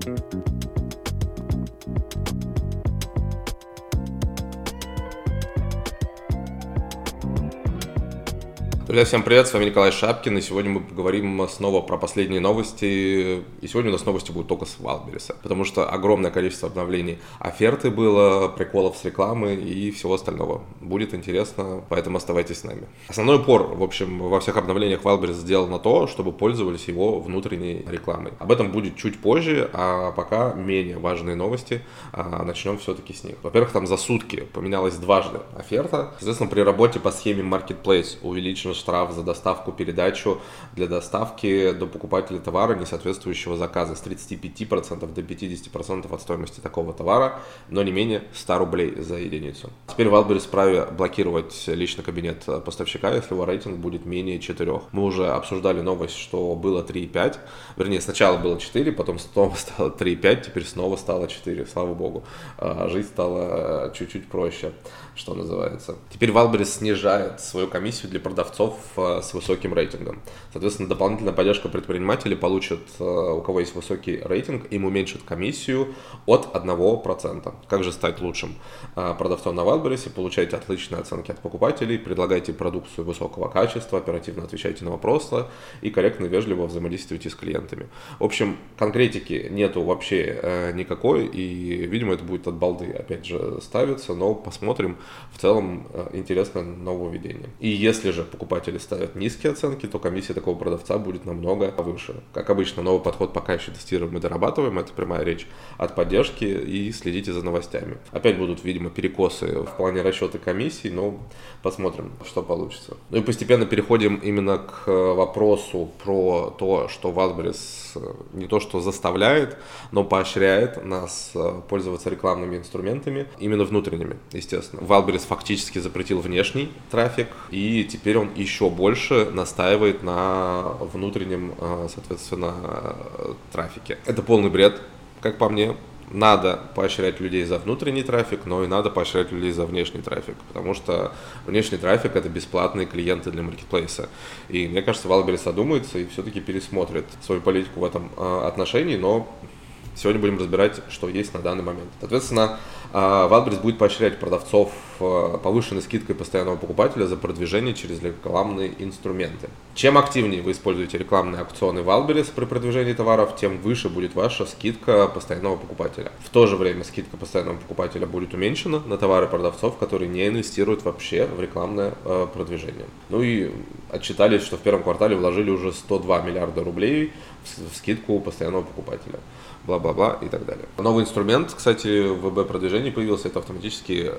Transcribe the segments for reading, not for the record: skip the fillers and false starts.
Друзья, всем привет, с вами Николай Шапкин, и сегодня мы поговорим снова про последние новости, и сегодня у нас новости будут только с Wildberries, потому что огромное количество обновлений оферты было, приколов с рекламы и всего остального. Будет интересно, поэтому оставайтесь с нами. Основной упор, в общем, во всех обновлениях Wildberries сделал на то, чтобы пользовались его внутренней рекламой. Об этом будет чуть позже, а пока менее важные новости, начнем все-таки с них. Во-первых, там за сутки поменялась дважды оферта, соответственно, при работе по схеме Marketplace увеличен штраф за доставку-передачу для доставки до покупателя товара, не соответствующего заказа, с 35% до 50% от стоимости такого товара, но не менее 100 рублей за единицу. Теперь Wildberries вправе блокировать личный кабинет поставщика, если его рейтинг будет менее 4. Мы уже обсуждали новость, что было 3,5, вернее, сначала было 4, потом снова стало 3,5, теперь снова стало 4, слава богу. Жизнь стала чуть-чуть проще, что называется. Теперь Wildberries снижает свою комиссию для продавцов с высоким рейтингом. Соответственно, дополнительная поддержка предпринимателей получат, у кого есть высокий рейтинг, им уменьшат комиссию от 1%. Как же стать лучшим продавцом на Wildberries? Получайте отличные оценки от покупателей, предлагайте продукцию высокого качества, оперативно отвечайте на вопросы и корректно и вежливо взаимодействуйте с клиентами. В общем, конкретики нету вообще никакой, и, видимо, это будет от балды, опять же, ставиться, но посмотрим. В целом, интересное нововведение. И если же покупатели ставят низкие оценки, то комиссия такого продавца будет намного выше. Как обычно, новый подход пока еще тестируем и дорабатываем, это прямая речь от поддержки, и следите за новостями. Опять будут, видимо, перекосы в плане расчета комиссий, но посмотрим, что получится. Ну и постепенно переходим именно к вопросу про то, что Wildberries не то что заставляет, но поощряет нас пользоваться рекламными инструментами, именно внутренними, естественно. Wildberries фактически запретил внешний трафик, и теперь он еще больше настаивает на внутреннем, соответственно, трафике. Это полный бред, как по мне. Надо поощрять людей за внутренний трафик, но и надо поощрять людей за внешний трафик, потому что внешний трафик – это бесплатные клиенты для маркетплейса. И мне кажется, Wildberries одумается и все-таки пересмотрит свою политику в этом отношении, но сегодня будем разбирать, что есть на данный момент. Соответственно, Wildberries будет поощрять продавцов повышенной скидкой постоянного покупателя за продвижение через рекламные инструменты. Чем активнее вы используете рекламные аукционы Wildberries при продвижении товаров, тем выше будет ваша скидка постоянного покупателя. В то же время скидка постоянного покупателя будет уменьшена на товары продавцов, которые не инвестируют вообще в рекламное продвижение. Ну и отчитались, что в первом квартале вложили уже 102 миллиарда рублей в скидку постоянного покупателя. Бла-бла-бла и так далее. Новый инструмент, кстати, в ВБ-продвижении появился, это автоматические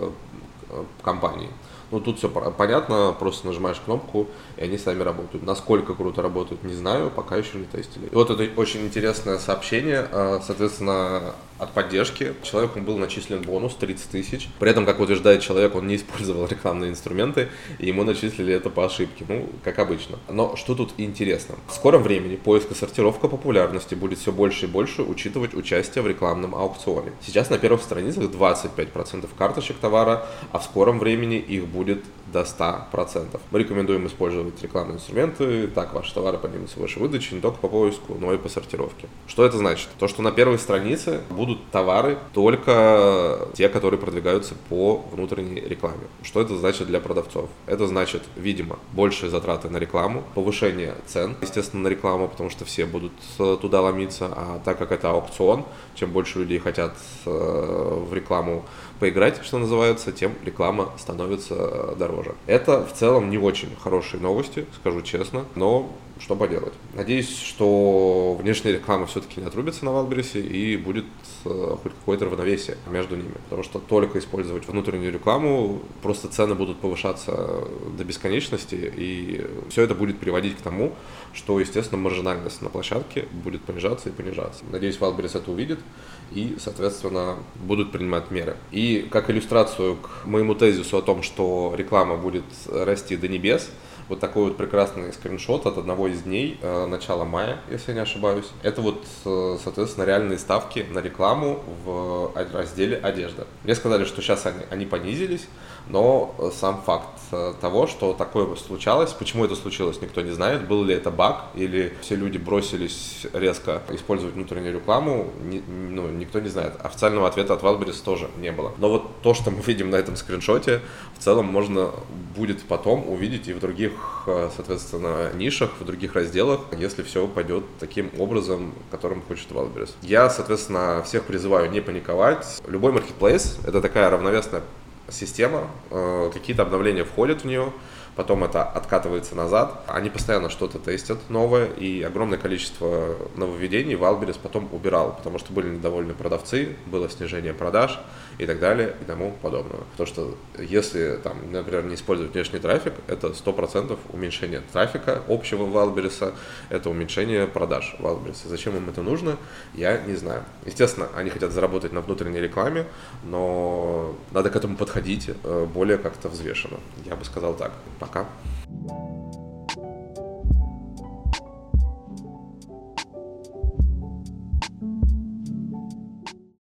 кампании. Ну, тут все понятно, просто нажимаешь кнопку, и они сами работают. Насколько круто работают, не знаю, пока еще не тестили. И вот это очень интересное сообщение, соответственно, от поддержки. Человеку был начислен бонус 30 тысяч. При этом, как утверждает человек, он не использовал рекламные инструменты, и ему начислили это по ошибке. Ну, как обычно. Но что тут интересно? В скором времени поиск и сортировка популярности будет все больше и больше учитывать участие в рекламном аукционе. Сейчас на первых страницах 25% карточек товара, а в скором времени их будет до 100%. Мы рекомендуем использовать рекламные инструменты, так ваши товары поднимутся выше выдачи не только по поиску, но и по сортировке. Что это значит? То, что на первой странице будут товары только те, которые продвигаются по внутренней рекламе. Что это значит для продавцов? Это значит, видимо, большие затраты на рекламу, повышение цен, естественно, на рекламу, потому что все будут туда ломиться, а так как это аукцион, чем больше людей хотят в рекламу поиграть, что называется, тем реклама становится дороже. Это в целом не очень хорошие новости, скажу честно, но что поделать. Надеюсь, что внешняя реклама все-таки не отрубится на Wildberries и будет хоть какое-то равновесие между ними. Потому что только использовать внутреннюю рекламу, просто цены будут повышаться до бесконечности, и все это будет приводить к тому, что, естественно, маржинальность на площадке будет понижаться и понижаться. Надеюсь, Wildberries это увидит и, соответственно, будут принимать меры. И как иллюстрацию к моему тезису о том, что реклама будет расти до небес, вот такой вот прекрасный скриншот от одного из дней, начала мая, если я не ошибаюсь. Это вот, соответственно, реальные ставки на рекламу в разделе «Одежда». Мне сказали, что сейчас они понизились, но сам факт того, что такое случалось, почему это случилось, никто не знает, был ли это баг, или все люди бросились резко использовать внутреннюю рекламу, никто не знает. Официального ответа от Wildberries тоже не было. Но вот то, что мы видим на этом скриншоте, в целом можно будет потом увидеть и в других, соответственно, нишах, в других разделах, если все пойдет таким образом, которым хочет Wildberries. Я, соответственно, всех призываю не паниковать. Любой маркетплейс — это такая равновесная система, какие-то обновления входят в нее, потом это откатывается назад. Они постоянно что-то тестят новое, и огромное количество нововведений Wildberries потом убирал, потому что были недовольны продавцы, было снижение продаж и так далее и тому подобное. Потому что если, там, например, не использовать внешний трафик, это 100% уменьшение трафика общего Wildberries, это уменьшение продаж Wildberries. Зачем им это нужно, я не знаю. Естественно, они хотят заработать на внутренней рекламе, но надо к этому подходить более как-то взвешенно. Я бы сказал так. Пока.